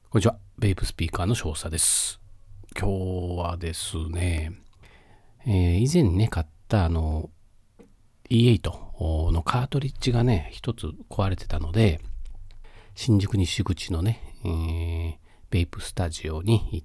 こんにちは。ベイプスピーカーの翔太です。今日はですね、以前にね、買ったE8 のカートリッジがね、一つ壊れてたので、新宿西口のね、ベイプスタジオに行って、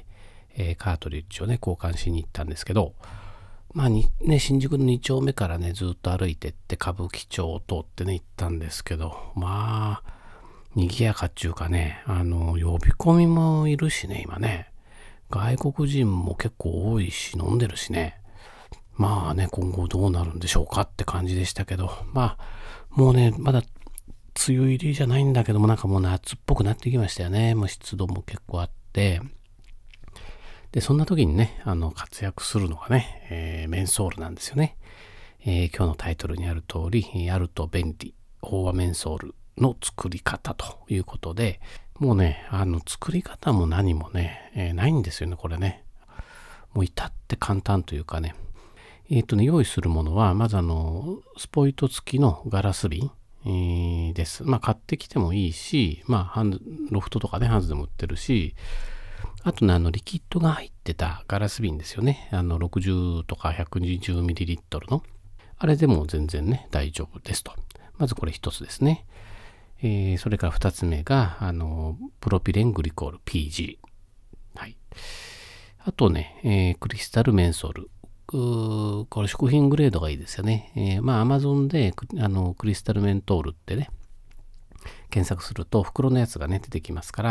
カートリッジをね、交換しに行ったんですけど、新宿の2丁目からね、ずっと歩いてって歌舞伎町を通ってね、行ったんですけど、賑やかっちゅうかね、呼び込みもいるしね、今ね。外国人も結構多いし、飲んでるしね。今後どうなるんでしょうかって感じでしたけど、もうね、まだ梅雨入りじゃないんだけども、もう夏っぽくなってきましたよね。もう湿度も結構あって。で、そんな時にね、活躍するのがね、メンソールなんですよね。今日のタイトルにある通り、あると便利、飽和メンソールの作り方ということで、もうね、作り方も何もね、ないんですよね、これね。もう至って簡単というかね。用意するものは、まずスポイト付きのガラス瓶、です。買ってきてもいいし、ロフトとかね、ハンズでも売ってるし、あとね、リキッドが入ってたガラス瓶ですよね。60とか 120ml の。あれでも全然ね、大丈夫ですと。まずこれ一つですね。それから二つ目が、プロピレングリコール PG。はい。あとね、クリスタルメンソール。これ食品グレードがいいですよね。Amazon でクリスタルメントールってね、検索すると袋のやつがね、出てきますから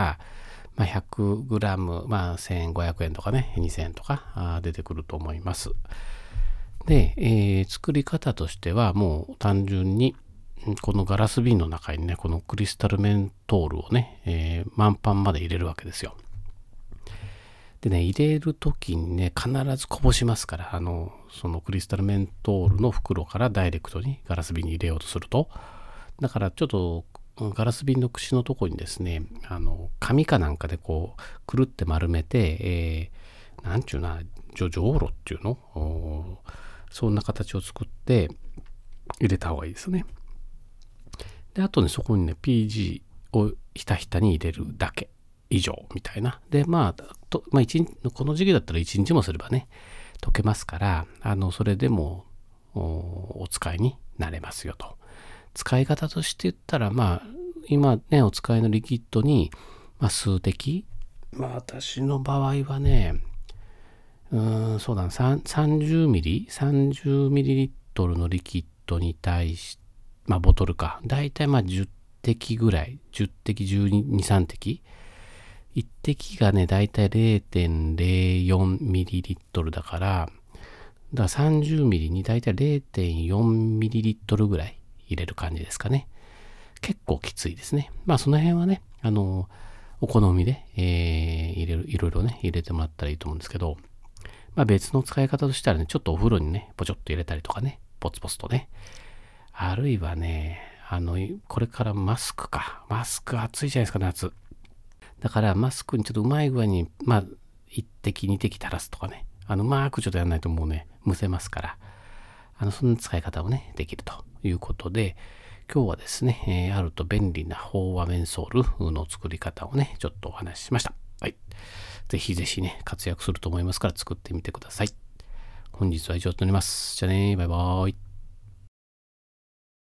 、100g、1500円とかね、2000円とか出てくると思います。で、作り方としてはもう単純にこのガラス瓶の中にね、このクリスタルメントールをね、満パンまで入れるわけですよ。でね、入れるときにね、必ずこぼしますから、そのクリスタルメントールの袋からダイレクトにガラス瓶に入れようとすると、だからちょっとガラス瓶の口のとこにですね、紙かなんかでこう、くるって丸めて、なんちゅうな、じょうろっていうのそんな形を作って入れた方がいいですね。で、あとね、そこにね、PG をひたひたに入れるだけ以上みたいな。で、一日この時期だったら1日もすればね、溶けますから、それでもお使いになれますよと。使い方として言ったら、今ね、お使いのリキッドに、数滴、私の場合はね、そうだな、30ミリ、30ミリリットルのリキッドに対して、ボトルか。だいたい10滴ぐらい。10滴、12、3滴。1滴がね、だいたい 0.04 ミリリットルだから、30ミリにだいたい 0.4 ミリリットルぐらい入れる感じですかね。結構きついですね。その辺はね、お好みで、いろいろね、入れてもらったらいいと思うんですけど、別の使い方としたらね、ちょっとお風呂にね、ポチョッと入れたりとかね、ポツポツとね。あるいはね、これからマスクか。マスク暑いじゃないですか、夏。だからマスクにちょっとうまい具合に、1滴、2滴垂らすとかね。うまくちょっとやらないともうね、むせますから。そんな使い方をね、できるということで、今日はですね、あると便利な飽和メンソールの作り方をね、ちょっとお話ししました。はい。ぜひぜひね、活躍すると思いますから作ってみてください。本日は以上となります。じゃあね、バイバーイ。